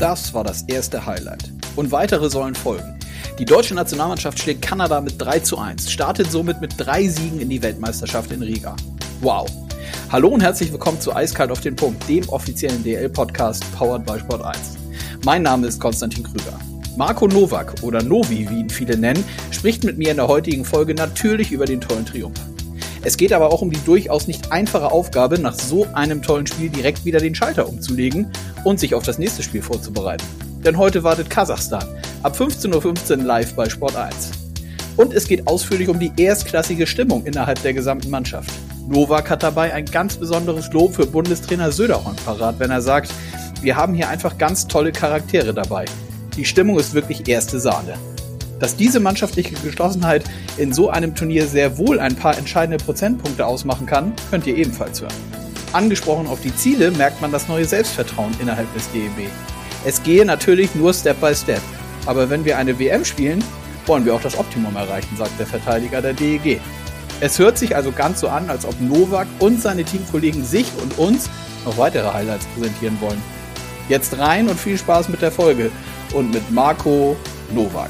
Das war das erste Highlight. Und weitere sollen folgen. Die deutsche Nationalmannschaft schlägt Kanada mit 3:1, startet somit mit 3 Siegen in die Weltmeisterschaft in Riga. Wow! Hallo und herzlich willkommen zu Eiskalt auf den Punkt, dem offiziellen DL-Podcast powered by Sport 1. Mein Name ist Konstantin Krüger. Marco Nowak oder Novi, wie ihn viele nennen, spricht mit mir in der heutigen Folge natürlich über den tollen Triumph. Es geht aber auch um die durchaus nicht einfache Aufgabe, nach so einem tollen Spiel direkt wieder den Schalter umzulegen und sich auf das nächste Spiel vorzubereiten. Denn heute wartet Kasachstan ab 15:15 Uhr live bei Sport 1. Und es geht ausführlich um die erstklassige Stimmung innerhalb der gesamten Mannschaft. Nowak hat dabei ein ganz besonderes Lob für Bundestrainer Söderholm parat, wenn er sagt, wir haben hier einfach ganz tolle Charaktere dabei. Die Stimmung ist wirklich erste Sahne. Dass diese mannschaftliche Geschlossenheit in so einem Turnier sehr wohl ein paar entscheidende Prozentpunkte ausmachen kann, könnt ihr ebenfalls hören. Angesprochen auf die Ziele merkt man das neue Selbstvertrauen innerhalb des DEB. Es gehe natürlich nur Step by Step. Aber wenn wir eine WM spielen, wollen wir auch das Optimum erreichen, sagt der Verteidiger der DEG. Es hört sich also ganz so an, als ob Nowak und seine Teamkollegen sich und uns noch weitere Highlights präsentieren wollen. Jetzt rein und viel Spaß mit der Folge und mit Marco Nowak.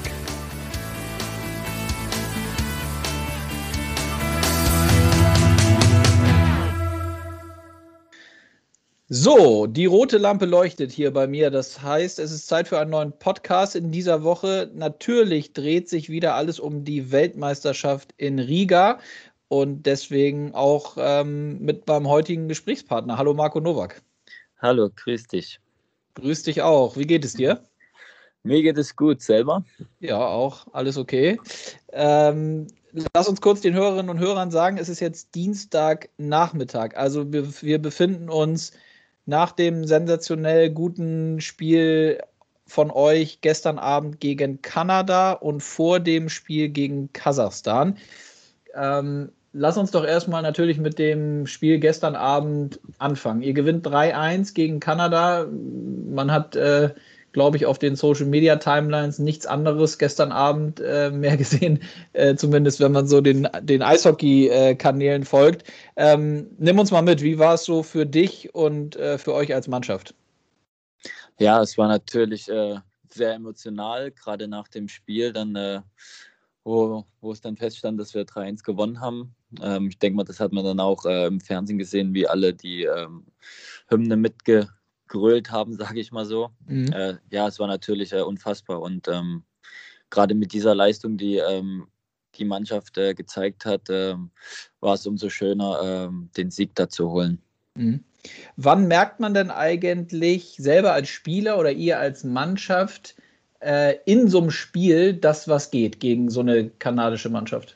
So, die rote Lampe leuchtet hier bei mir. Das heißt, es ist Zeit für einen neuen Podcast in dieser Woche. Natürlich dreht sich wieder alles um die Weltmeisterschaft in Riga und deswegen auch mit meinem heutigen Gesprächspartner. Hallo Marco Nowak. Hallo, grüß dich. Grüß dich auch. Wie geht es dir? Mir geht es gut, selber? Ja, auch. Alles okay. Lass uns kurz den Hörerinnen und Hörern sagen, es ist jetzt Dienstagnachmittag. Also wir befinden uns nach dem sensationell guten Spiel von euch gestern Abend gegen Kanada und vor dem Spiel gegen Kasachstan. Lass uns doch erstmal natürlich mit dem Spiel gestern Abend anfangen. Ihr gewinnt 3:1 gegen Kanada. Man hat, glaube ich, auf den Social-Media-Timelines nichts anderes gestern Abend mehr gesehen, zumindest wenn man so den Eishockey-Kanälen folgt. Nimm uns mal mit, wie war es so für dich und für euch als Mannschaft? Ja, es war natürlich sehr emotional, gerade nach dem Spiel, dann wo es dann feststand, dass wir 3:1 gewonnen haben. Ich denke mal, das hat man dann auch im Fernsehen gesehen, wie alle die Hymne mitgegrölt haben, sage ich mal so. Mhm. Ja, es war natürlich unfassbar und gerade mit dieser Leistung, die die Mannschaft gezeigt hat, war es umso schöner, den Sieg da zu holen. Mhm. Wann merkt man denn eigentlich selber als Spieler oder ihr als Mannschaft in so einem Spiel, dass was geht gegen so eine kanadische Mannschaft?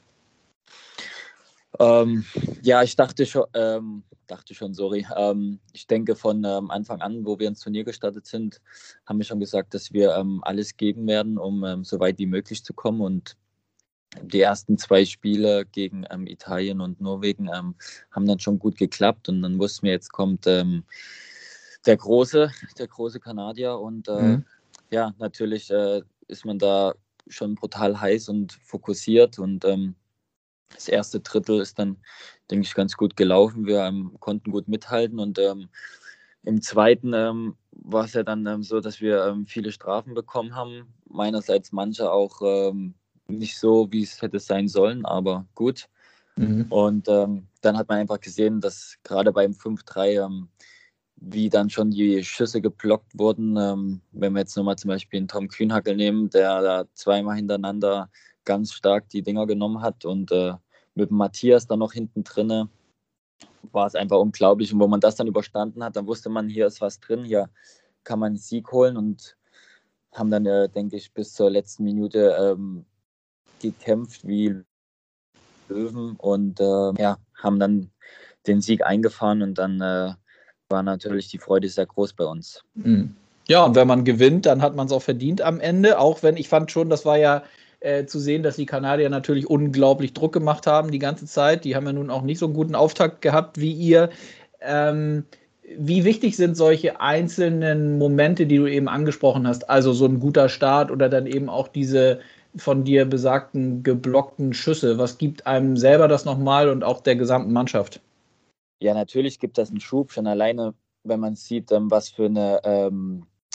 Ja, ich dachte schon, sorry. Ich denke von Anfang an, wo wir ins Turnier gestartet sind, haben wir schon gesagt, dass wir alles geben werden, um so weit wie möglich zu kommen. Und die ersten 2 Spiele gegen Italien und Norwegen haben dann schon gut geklappt. Und dann wussten wir, jetzt kommt der große Kanadier. Und ja, natürlich ist man da schon brutal heiß und fokussiert. Und das erste Drittel ist dann, denke ich, ganz gut gelaufen. Wir konnten gut mithalten und im zweiten war es ja dann so, dass wir viele Strafen bekommen haben. Meinerseits manche auch nicht so, wie es hätte sein sollen, aber gut. Mhm. Und dann hat man einfach gesehen, dass gerade beim 5:3 wie dann schon die Schüsse geblockt wurden. Wenn wir jetzt nochmal zum Beispiel einen Tom Kühnhackl nehmen, der da 2-mal hintereinander ganz stark die Dinger genommen hat und mit dem Matthias dann noch hinten drinne, war es einfach unglaublich. Und wo man das dann überstanden hat, dann wusste man, hier ist was drin, hier kann man einen Sieg holen und haben dann, denke ich, bis zur letzten Minute gekämpft wie Löwen und ja, haben dann den Sieg eingefahren und dann war natürlich die Freude sehr groß bei uns. Ja, und wenn man gewinnt, dann hat man es auch verdient am Ende, auch wenn ich fand schon, das war ja zu sehen, dass die Kanadier natürlich unglaublich Druck gemacht haben die ganze Zeit. Die haben ja nun auch nicht so einen guten Auftakt gehabt wie ihr. Wie wichtig sind solche einzelnen Momente, die du eben angesprochen hast? Also so ein guter Start oder dann eben auch diese von dir besagten geblockten Schüsse. Was gibt einem selber das nochmal und auch der gesamten Mannschaft? Ja, natürlich gibt das einen Schub, schon alleine, wenn man sieht, was für eine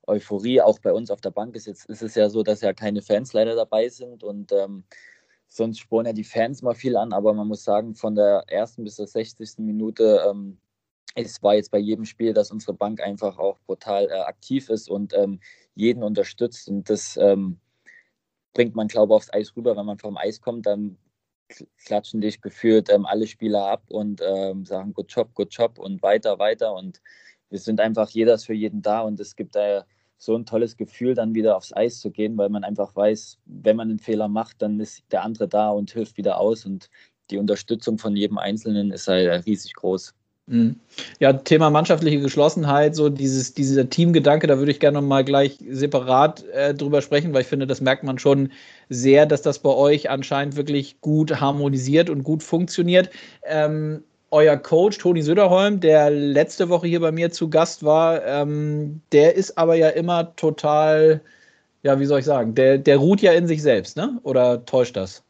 Euphorie. Auch bei uns auf der Bank ist es ja so, dass ja keine Fans leider dabei sind und sonst spornen ja die Fans mal viel an, aber man muss sagen, von der ersten bis zur 60. Minute es war jetzt bei jedem Spiel, dass unsere Bank einfach auch brutal aktiv ist und jeden unterstützt. Und das bringt man, glaube ich, aufs Eis rüber. Wenn man vom Eis kommt, dann klatschen dich gefühlt alle Spieler ab und sagen good job und weiter, weiter. Und wir sind einfach jeder ist für jeden da. Und es gibt so ein tolles Gefühl, dann wieder aufs Eis zu gehen, weil man einfach weiß, wenn man einen Fehler macht, dann ist der andere da und hilft wieder aus. Und die Unterstützung von jedem Einzelnen ist halt riesig groß. Ja, Thema mannschaftliche Geschlossenheit, so dieser Teamgedanke, da würde ich gerne mal gleich separat drüber sprechen, weil ich finde, das merkt man schon sehr, dass das bei euch anscheinend wirklich gut harmonisiert und gut funktioniert. Euer Coach Toni Söderholm, der letzte Woche hier bei mir zu Gast war, der ist aber ja immer total, ja, wie soll ich sagen, der ruht ja in sich selbst, ne? Oder täuscht das?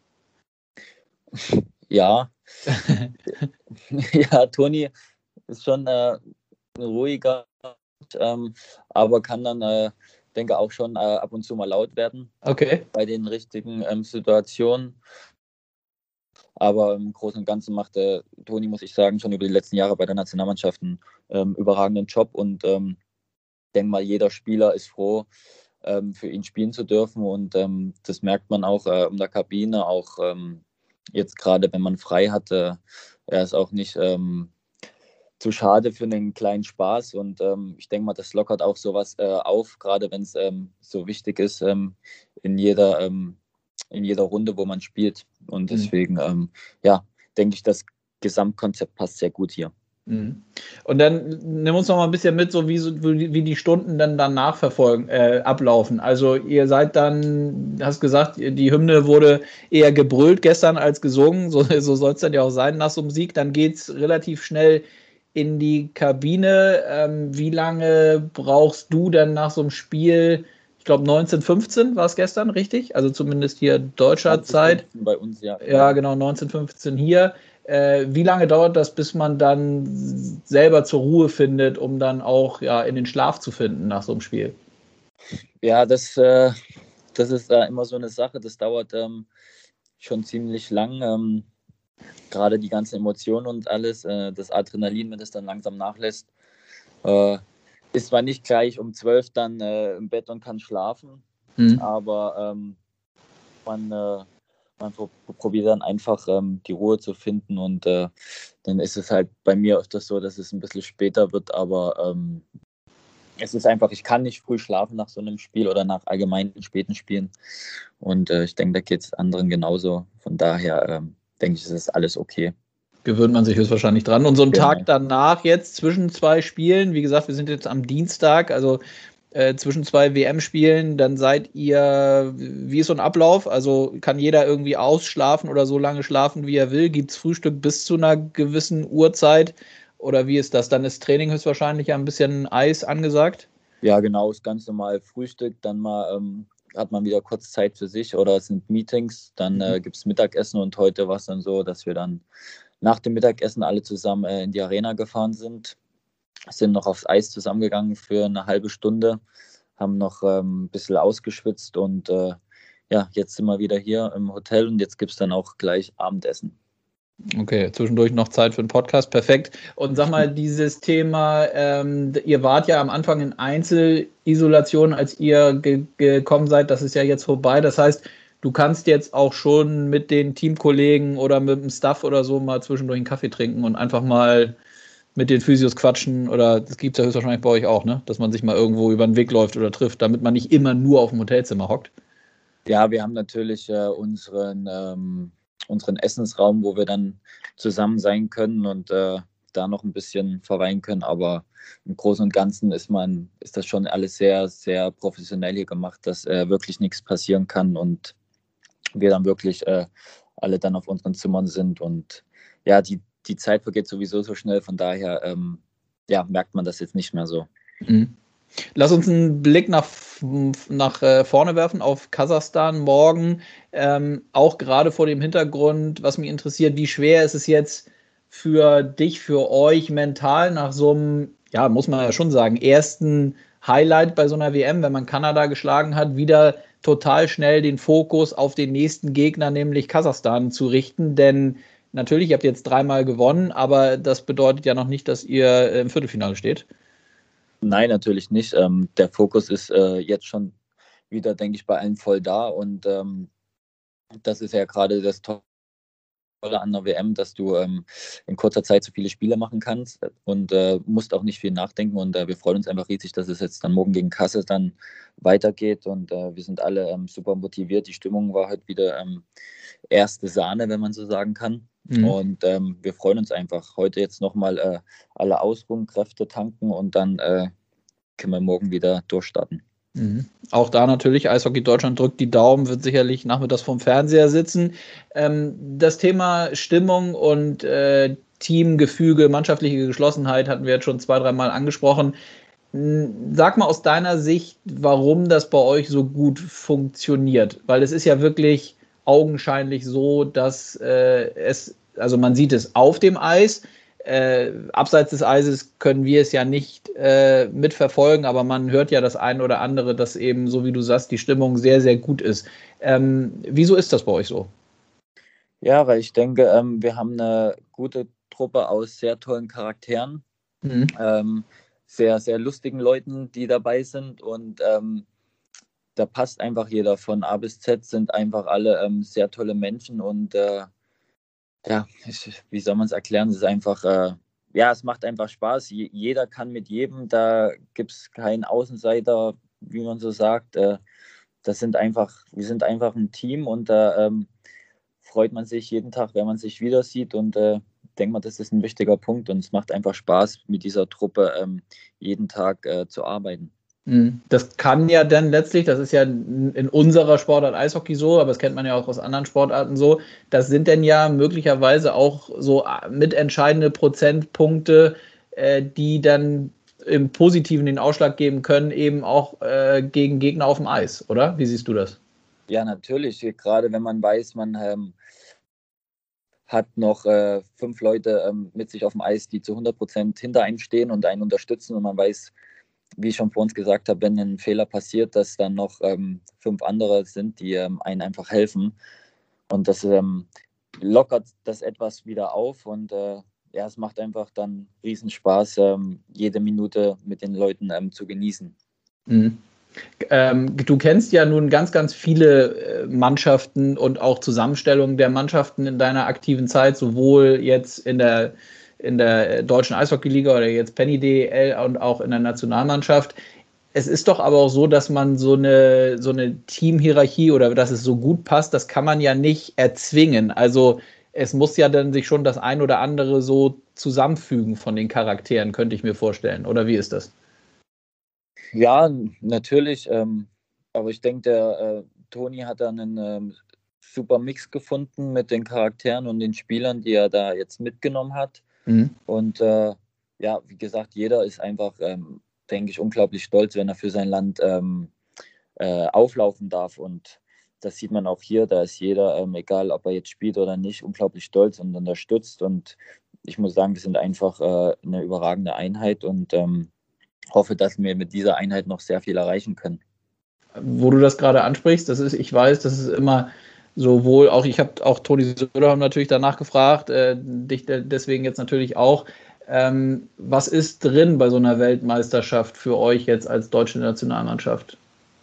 Ja, ja, Toni ist schon ein ruhiger, aber kann dann, denke auch schon ab und zu mal laut werden. Okay. Bei den richtigen Situationen. Aber im Großen und Ganzen macht Toni, muss ich sagen, schon über die letzten Jahre bei der Nationalmannschaft einen überragenden Job und denke mal, jeder Spieler ist froh, für ihn spielen zu dürfen und das merkt man auch in der Kabine, auch jetzt gerade, wenn man frei hatte, er ist auch nicht zu schade für einen kleinen Spaß und ich denke mal, das lockert auch sowas auf, gerade wenn es so wichtig ist in jeder Runde, wo man spielt. Und deswegen, denke ich, das Gesamtkonzept passt sehr gut hier. Und dann nimm uns noch mal ein bisschen mit, so wie die Stunden dann danach ablaufen. Also ihr seid dann, hast gesagt, die Hymne wurde eher gebrüllt gestern als gesungen. So soll es dann ja auch sein nach so einem Sieg. Dann geht es relativ schnell in die Kabine. Wie lange brauchst du dann nach so einem Spiel? Ich glaube 19:15 war es gestern, richtig? Also zumindest hier deutscher Zeit. Bei uns, ja. Ja, genau, 19:15 hier. Wie lange dauert das, bis man dann selber zur Ruhe findet, um dann auch in den Schlaf zu finden nach so einem Spiel? Ja, das ist immer so eine Sache. Das dauert schon ziemlich lang. Gerade die ganzen Emotionen und alles, das Adrenalin, wenn das dann langsam nachlässt, ist zwar nicht gleich um 12 dann im Bett und kann schlafen, aber man probiert dann einfach die Ruhe zu finden und dann ist es halt bei mir öfters so, dass es ein bisschen später wird, aber es ist einfach, ich kann nicht früh schlafen nach so einem Spiel oder nach allgemeinen späten Spielen und ich denke, da geht es anderen genauso. Von daher denke ich, ist das alles okay. Gewöhnt man sich höchstwahrscheinlich dran. Und so ein Tag danach jetzt zwischen zwei Spielen, wie gesagt, wir sind jetzt am Dienstag, also zwischen zwei WM-Spielen, dann seid ihr, wie ist so ein Ablauf? Also kann jeder irgendwie ausschlafen oder so lange schlafen, wie er will? Gibt es Frühstück bis zu einer gewissen Uhrzeit? Oder wie ist das? Dann ist Training höchstwahrscheinlich ja ein bisschen Eis angesagt? Ja, genau, ist ganz normal Frühstück, dann mal hat man wieder kurz Zeit für sich oder es sind Meetings, dann gibt es Mittagessen und heute war es dann so, dass wir dann nach dem Mittagessen alle zusammen in die Arena gefahren sind noch aufs Eis zusammengegangen für eine halbe Stunde, haben noch ein bisschen ausgeschwitzt und jetzt sind wir wieder hier im Hotel und jetzt gibt es dann auch gleich Abendessen. Okay, zwischendurch noch Zeit für einen Podcast, perfekt. Und sag mal, dieses Thema, ihr wart ja am Anfang in Einzelisolation, als ihr gekommen seid, das ist ja jetzt vorbei. Das heißt, du kannst jetzt auch schon mit den Teamkollegen oder mit dem Staff oder so mal zwischendurch einen Kaffee trinken und einfach mal mit den Physios quatschen oder das gibt es ja höchstwahrscheinlich bei euch auch, ne? Dass man sich mal irgendwo über den Weg läuft oder trifft, damit man nicht immer nur auf dem Hotelzimmer hockt. Ja, wir haben natürlich unseren Essensraum, wo wir dann zusammen sein können und da noch ein bisschen verweilen können, aber im Großen und Ganzen ist das schon alles sehr, sehr professionell hier gemacht, dass wirklich nichts passieren kann und wir dann wirklich alle dann auf unseren Zimmern sind und ja, die Zeit vergeht sowieso so schnell, von daher merkt man das jetzt nicht mehr so. Lass uns einen Blick nach vorne werfen auf Kasachstan morgen. Auch gerade vor dem Hintergrund, was mich interessiert, wie schwer ist es jetzt für dich, für euch mental nach so einem ja, muss man ja schon sagen, ersten Highlight bei so einer WM, wenn man Kanada geschlagen hat, wieder total schnell den Fokus auf den nächsten Gegner, nämlich Kasachstan, zu richten. Denn natürlich, ihr habt jetzt 3-mal gewonnen, aber das bedeutet ja noch nicht, dass ihr im Viertelfinale steht. Nein, natürlich nicht. Der Fokus ist jetzt schon wieder, denke ich, bei allen voll da. Und das ist ja gerade das Tolle an der WM, dass du in kurzer Zeit so viele Spiele machen kannst und musst auch nicht viel nachdenken. Und wir freuen uns einfach riesig, dass es jetzt dann morgen gegen Kassel dann weitergeht. Und wir sind alle super motiviert. Die Stimmung war heute wieder erste Sahne, wenn man so sagen kann. Mhm. Und wir freuen uns einfach. Heute jetzt nochmal alle ausruhen, Kräfte tanken und dann können wir morgen wieder durchstarten. Mhm. Auch da natürlich, Eishockey Deutschland drückt die Daumen, wird sicherlich nachmittags vorm Fernseher sitzen. Das Thema Stimmung und Teamgefüge, mannschaftliche Geschlossenheit hatten wir jetzt schon 2-3 Mal angesprochen. Sag mal aus deiner Sicht, warum das bei euch so gut funktioniert. Weil es ist ja wirklich augenscheinlich so, dass also man sieht es auf dem Eis, abseits des Eises können wir es ja nicht mitverfolgen, aber man hört ja das eine oder andere, dass eben, so wie du sagst, die Stimmung sehr, sehr gut ist. Wieso ist das bei euch so? Ja, weil ich denke, wir haben eine gute Truppe aus sehr tollen Charakteren, sehr, sehr lustigen Leuten, die dabei sind und da passt einfach jeder von A bis Z, sind einfach alle sehr tolle Menschen und ja, wie soll man es erklären? Es ist einfach, ja, es macht einfach Spaß. Jeder kann mit jedem, da gibt es keinen Außenseiter, wie man so sagt. Wir sind einfach ein Team und da freut man sich jeden Tag, wenn man sich wieder sieht und denkt man, das ist ein wichtiger Punkt und es macht einfach Spaß, mit dieser Truppe jeden Tag zu arbeiten. Das kann ja dann letztlich, das ist ja in unserer Sportart Eishockey so, aber das kennt man ja auch aus anderen Sportarten so, das sind dann ja möglicherweise auch so mitentscheidende Prozentpunkte, die dann im Positiven den Ausschlag geben können, eben auch gegen Gegner auf dem Eis, oder? Wie siehst du das? Ja, natürlich, gerade wenn man weiß, man hat noch 5 Leute mit sich auf dem Eis, die zu 100% hinter einem stehen und einen unterstützen und man weiß, wie ich schon vor uns gesagt habe, wenn ein Fehler passiert, dass dann noch 5 andere sind, die einen einfach helfen. Und das lockert das etwas wieder auf und ja, es macht einfach dann riesen Spaß, jede Minute mit den Leuten zu genießen. Mhm. Du kennst ja nun ganz, ganz viele Mannschaften und auch Zusammenstellungen der Mannschaften in deiner aktiven Zeit, sowohl jetzt in der deutschen Eishockeyliga oder jetzt Penny DEL und auch in der Nationalmannschaft. Es ist doch aber auch so, dass man so eine Teamhierarchie oder dass es so gut passt, das kann man ja nicht erzwingen. Also es muss ja dann sich schon das ein oder andere so zusammenfügen von den Charakteren, könnte ich mir vorstellen. Oder wie ist das? Ja, natürlich. Aber ich denke, der Toni hat da einen super Mix gefunden mit den Charakteren und den Spielern, die er da jetzt mitgenommen hat. Mhm. Und ja, wie gesagt, jeder ist einfach, denke ich, unglaublich stolz, wenn er für sein Land auflaufen darf. Und das sieht man auch hier, da ist jeder, egal ob er jetzt spielt oder nicht, unglaublich stolz und unterstützt. Und ich muss sagen, wir sind einfach eine überragende Einheit und hoffe, dass wir mit dieser Einheit noch sehr viel erreichen können. Wo du das gerade ansprichst, ich weiß, das ist immer sowohl auch, ich habe auch Toni Söderholm natürlich danach gefragt, dich deswegen jetzt natürlich auch. Was ist drin bei so einer Weltmeisterschaft für euch jetzt als deutsche Nationalmannschaft?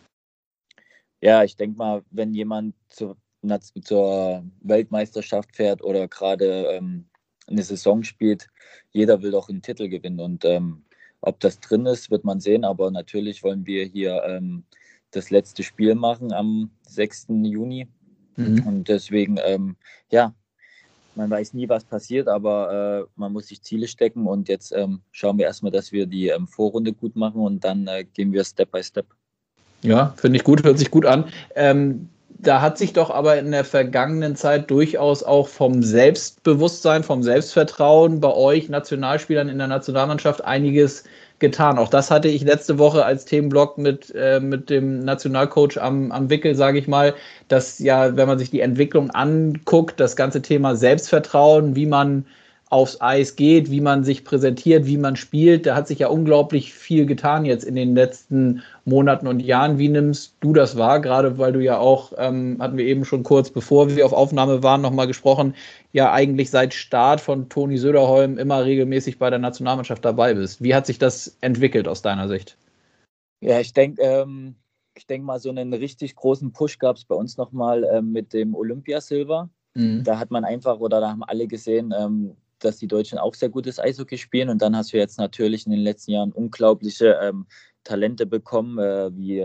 Ja, ich denke mal, wenn jemand zur Weltmeisterschaft fährt oder gerade eine Saison spielt, jeder will doch einen Titel gewinnen und ob das drin ist, wird man sehen, aber natürlich wollen wir hier das letzte Spiel machen am 6. Juni. Mhm. Und deswegen, ja, man weiß nie, was passiert, aber man muss sich Ziele stecken und jetzt schauen wir erstmal, dass wir die Vorrunde gut machen und dann gehen wir Step by Step. Ja, finde ich gut, hört sich gut an. Da hat sich doch aber in der vergangenen Zeit durchaus auch vom Selbstbewusstsein, vom Selbstvertrauen bei euch Nationalspielern in der Nationalmannschaft einiges getan. Auch das hatte ich letzte Woche als Themenblock mit dem Nationalcoach am Wickel, sage ich mal, dass ja, wenn man sich die Entwicklung anguckt, das ganze Thema Selbstvertrauen, wie man aufs Eis geht, wie man sich präsentiert, wie man spielt. Da hat sich ja unglaublich viel getan jetzt in den letzten Monaten und Jahren. Wie nimmst du das wahr? Gerade weil du ja auch, hatten wir eben schon kurz, bevor wir auf Aufnahme waren, nochmal gesprochen, ja eigentlich seit Start von Toni Söderholm immer regelmäßig bei der Nationalmannschaft dabei bist. Wie hat sich das entwickelt aus deiner Sicht? Ja, ich denk mal, so einen richtig großen Push gab es bei uns nochmal mit dem Olympiasilber. Da hat man einfach, oder da haben alle gesehen, dass die Deutschen auch sehr gutes Eishockey spielen. Und dann hast du jetzt natürlich in den letzten Jahren unglaubliche Talente bekommen, wie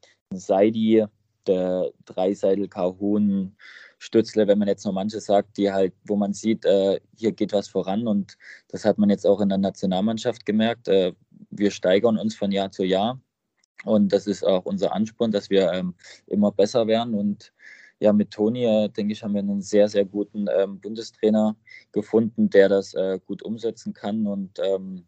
Seidi, der Draisaitl, Kahun, Stützle, wenn man jetzt noch manche sagt, die halt, wo man sieht, hier geht was voran. Und das hat man jetzt auch in der Nationalmannschaft gemerkt. Wir steigern uns von Jahr zu Jahr. Und das ist auch unser Ansporn, dass wir immer besser werden. Und ja, mit Toni, denke ich, haben wir einen sehr, sehr guten Bundestrainer gefunden, der das gut umsetzen kann und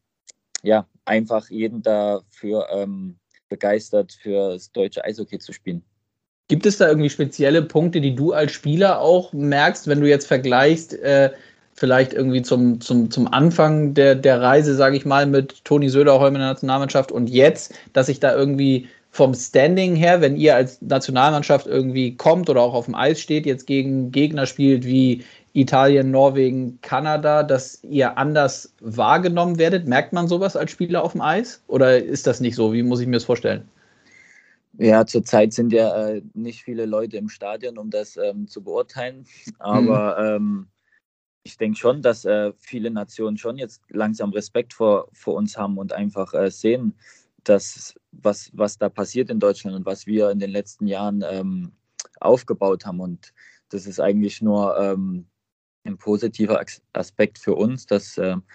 ja, einfach jeden dafür begeistert, für das deutsche Eishockey zu spielen. Gibt es da irgendwie spezielle Punkte, die du als Spieler auch merkst, wenn du jetzt vergleichst, vielleicht irgendwie zum Anfang der Reise, sage ich mal, mit Toni Söderholm in der Nationalmannschaft und jetzt, dass sich da irgendwie vom Standing her, wenn ihr als Nationalmannschaft irgendwie kommt oder auch auf dem Eis steht, jetzt gegen Gegner spielt wie Italien, Norwegen, Kanada, dass ihr anders wahrgenommen werdet? Merkt man sowas als Spieler auf dem Eis? Oder ist das nicht so? Wie muss ich mir das vorstellen? Ja, zurzeit sind ja nicht viele Leute im Stadion, um das zu beurteilen. Aber ich denke schon, dass viele Nationen schon jetzt langsam Respekt vor uns haben und einfach sehen, dass was da passiert in Deutschland und was wir in den letzten Jahren aufgebaut haben. Und das ist eigentlich nur ein positiver Aspekt für uns, dass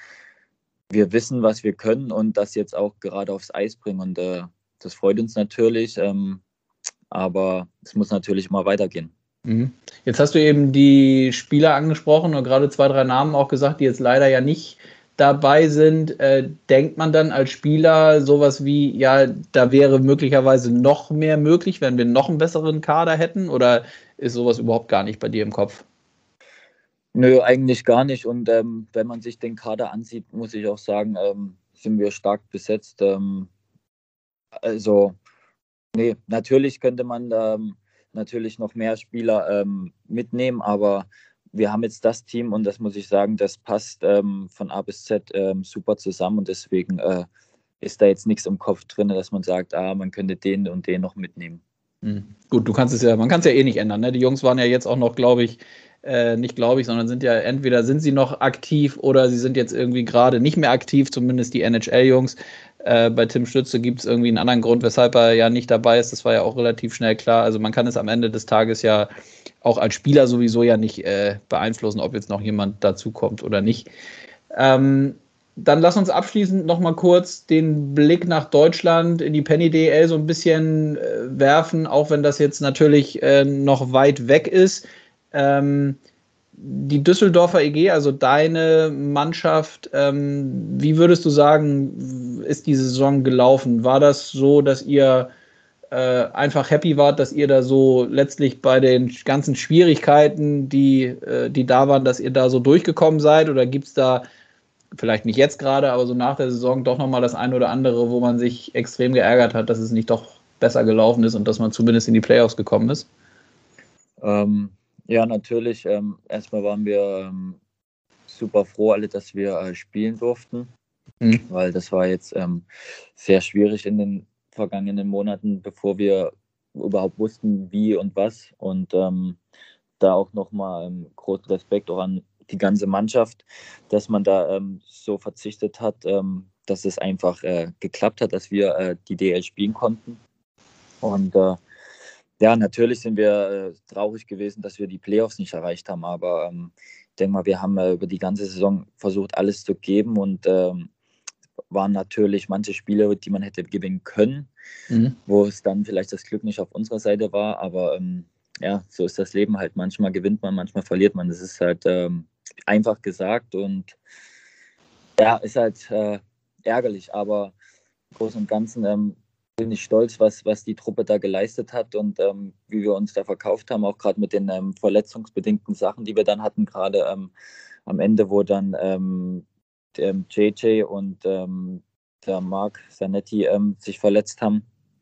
wir wissen, was wir können und das jetzt auch gerade aufs Eis bringen. Und das freut uns natürlich, aber es muss natürlich immer weitergehen. Jetzt hast du eben die Spieler angesprochen und gerade 2, 3 Namen auch gesagt, die jetzt leider ja nicht dabei sind. Denkt man dann als Spieler sowas wie, ja, da wäre möglicherweise noch mehr möglich, wenn wir noch einen besseren Kader hätten? Oder ist sowas überhaupt gar nicht bei dir im Kopf? Nö, eigentlich gar nicht. Und wenn man sich den Kader ansieht, muss ich auch sagen, sind wir stark besetzt. Also, nee, natürlich könnte man natürlich noch mehr Spieler mitnehmen, aber wir haben jetzt das Team und das muss ich sagen, das passt von A bis Z super zusammen und deswegen ist da jetzt nichts im Kopf drin, dass man sagt, man könnte den und den noch mitnehmen. Gut, man kann es ja eh nicht ändern. Ne? Die Jungs waren ja jetzt auch noch, glaube ich, nicht glaube ich, sondern sind ja entweder sind sie noch aktiv oder sie sind jetzt irgendwie gerade nicht mehr aktiv, zumindest die NHL-Jungs. Bei Tim Stützle gibt es irgendwie einen anderen Grund, weshalb er ja nicht dabei ist. Das war ja auch relativ schnell klar. Also man kann es am Ende des Tages ja auch als Spieler sowieso ja nicht beeinflussen, ob jetzt noch jemand dazukommt oder nicht. Dann lass uns abschließend noch mal kurz den Blick nach Deutschland in die Penny DL so ein bisschen werfen, auch wenn das jetzt natürlich noch weit weg ist. Die Düsseldorfer EG, also deine Mannschaft, wie würdest du sagen, ist diese Saison gelaufen? War das so, dass ihr einfach happy wart, dass ihr da so letztlich bei den ganzen Schwierigkeiten, die da waren, dass ihr da so durchgekommen seid? Oder gibt es da vielleicht nicht jetzt gerade, aber so nach der Saison doch nochmal das eine oder andere, wo man sich extrem geärgert hat, dass es nicht doch besser gelaufen ist und dass man zumindest in die Playoffs gekommen ist? Ja, natürlich. Erstmal waren wir super froh alle, dass wir spielen durften, weil das war jetzt sehr schwierig in den vergangenen Monaten, bevor wir überhaupt wussten, wie und was. Und da auch nochmal großen Respekt auch an die ganze Mannschaft, dass man da so verzichtet hat, dass es einfach geklappt hat, dass wir die DL spielen konnten. Und ja, natürlich sind wir traurig gewesen, dass wir die Playoffs nicht erreicht haben, aber ich denke mal, wir haben über die ganze Saison versucht, alles zu geben und waren natürlich manche Spiele, die man hätte gewinnen können, wo es dann vielleicht das Glück nicht auf unserer Seite war, aber ja, so ist das Leben halt. Manchmal gewinnt man, manchmal verliert man. Das ist halt einfach gesagt und ja, ist halt ärgerlich, aber im Großen und Ganzen bin ich stolz, was die Truppe da geleistet hat und wie wir uns da verkauft haben, auch gerade mit den verletzungsbedingten Sachen, die wir dann hatten, gerade am Ende, wo dann der JJ und der Marc Zanetti sich verletzt haben.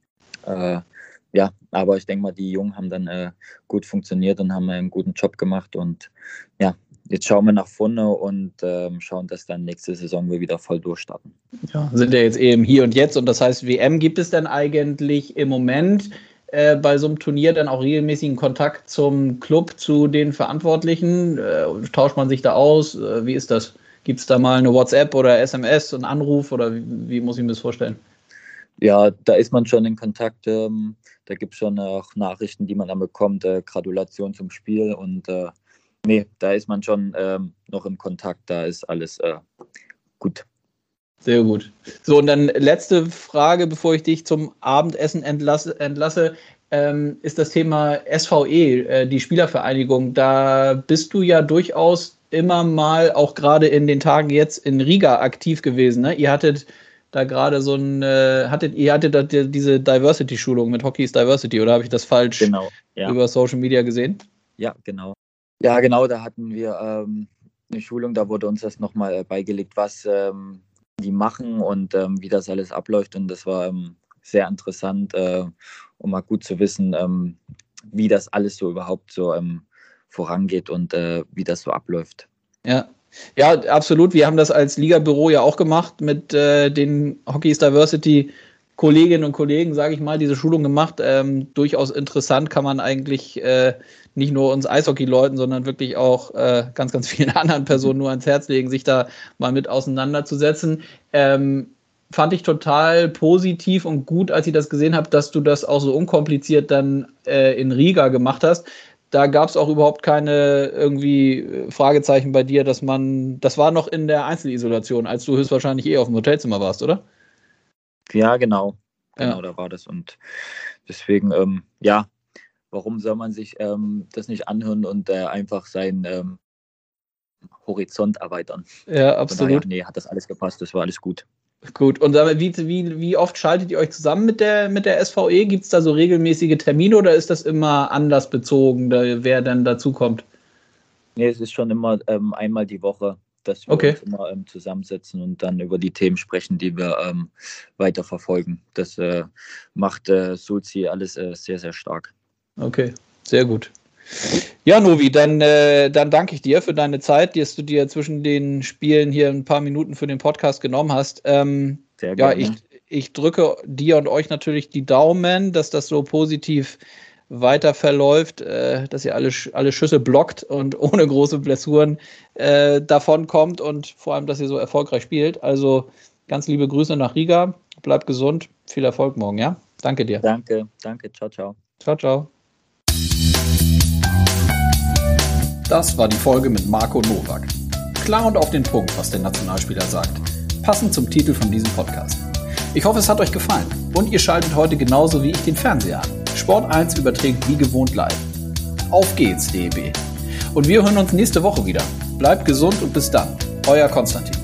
Ja, aber ich denke mal, die Jungen haben dann gut funktioniert und haben einen guten Job gemacht. Und ja, jetzt schauen wir nach vorne und schauen, dass dann nächste Saison wir wieder voll durchstarten. Ja, sind ja jetzt eben hier und jetzt. Und das heißt, WM gibt es dann eigentlich im Moment bei so einem Turnier dann auch regelmäßigen Kontakt zum Club, zu den Verantwortlichen? Tauscht man sich da aus? Wie ist das? Gibt es da mal eine WhatsApp oder SMS, einen Anruf oder wie muss ich mir das vorstellen? Ja, da ist man schon in Kontakt. Da gibt es schon auch Nachrichten, die man dann bekommt. Gratulation zum Spiel. Und nee, da ist man schon noch im Kontakt. Da ist alles gut. Sehr gut. So, und dann letzte Frage, bevor ich dich zum Abendessen entlasse, ist das Thema SVE, die Spielervereinigung. Da bist du ja durchaus immer mal, auch gerade in den Tagen jetzt in Riga aktiv gewesen. Ne? Ihr hattet da gerade so ihr hattet diese Diversity-Schulung mit Hockey's Diversity, oder habe ich das falsch über Social Media gesehen? Ja, genau. Ja, genau, da hatten wir eine Schulung, da wurde uns das nochmal beigelegt, was die machen und wie das alles abläuft. Und das war sehr interessant, um mal gut zu wissen, wie das alles so überhaupt so vorangeht und wie das so abläuft. Ja, absolut. Wir haben das als Ligabüro ja auch gemacht mit den Hockey's Diversity Kolleginnen und Kollegen, sage ich mal, diese Schulung gemacht. Durchaus interessant, kann man eigentlich nicht nur uns Eishockey-Leuten, sondern wirklich auch ganz, ganz vielen anderen Personen nur ans Herz legen, sich da mal mit auseinanderzusetzen. Fand ich total positiv und gut, als ich das gesehen habe, dass du das auch so unkompliziert dann in Riga gemacht hast. Da gab es auch überhaupt keine irgendwie Fragezeichen bei dir, das war noch in der Einzelisolation, als du höchstwahrscheinlich auf dem Hotelzimmer warst, oder? Ja, genau. Genau, da war das. Und deswegen, warum soll man sich das nicht anhören und einfach seinen Horizont erweitern? Ja, absolut. Daher, nee, hat das alles gepasst, das war alles gut. Gut, und wie oft schaltet ihr euch zusammen mit der SVE? Gibt es da so regelmäßige Termine oder ist das immer anlassbezogen, wer dann dazukommt? Nee, es ist schon immer einmal die Woche, dass wir uns immer zusammensetzen und dann über die Themen sprechen, die wir weiter verfolgen. Das macht Sulzi alles sehr, sehr stark. Okay, sehr gut. Ja, Novi, dann danke ich dir für deine Zeit, dass du dir zwischen den Spielen hier ein paar Minuten für den Podcast genommen hast. Sehr gerne. Ich drücke dir und euch natürlich die Daumen, dass das so positiv weiter verläuft, dass ihr alle Schüsse blockt und ohne große Blessuren davon kommt und vor allem, dass ihr so erfolgreich spielt. Also ganz liebe Grüße nach Riga, bleibt gesund, viel Erfolg morgen, ja? Danke dir. Danke, ciao, ciao. Ciao, ciao. Das war die Folge mit Marco Nowak. Klar und auf den Punkt, was der Nationalspieler sagt. Passend zum Titel von diesem Podcast. Ich hoffe, es hat euch gefallen. Und ihr schaltet heute genauso wie ich den Fernseher an. Sport 1 überträgt wie gewohnt live. Auf geht's, DEB. Und wir hören uns nächste Woche wieder. Bleibt gesund und bis dann. Euer Konstantin.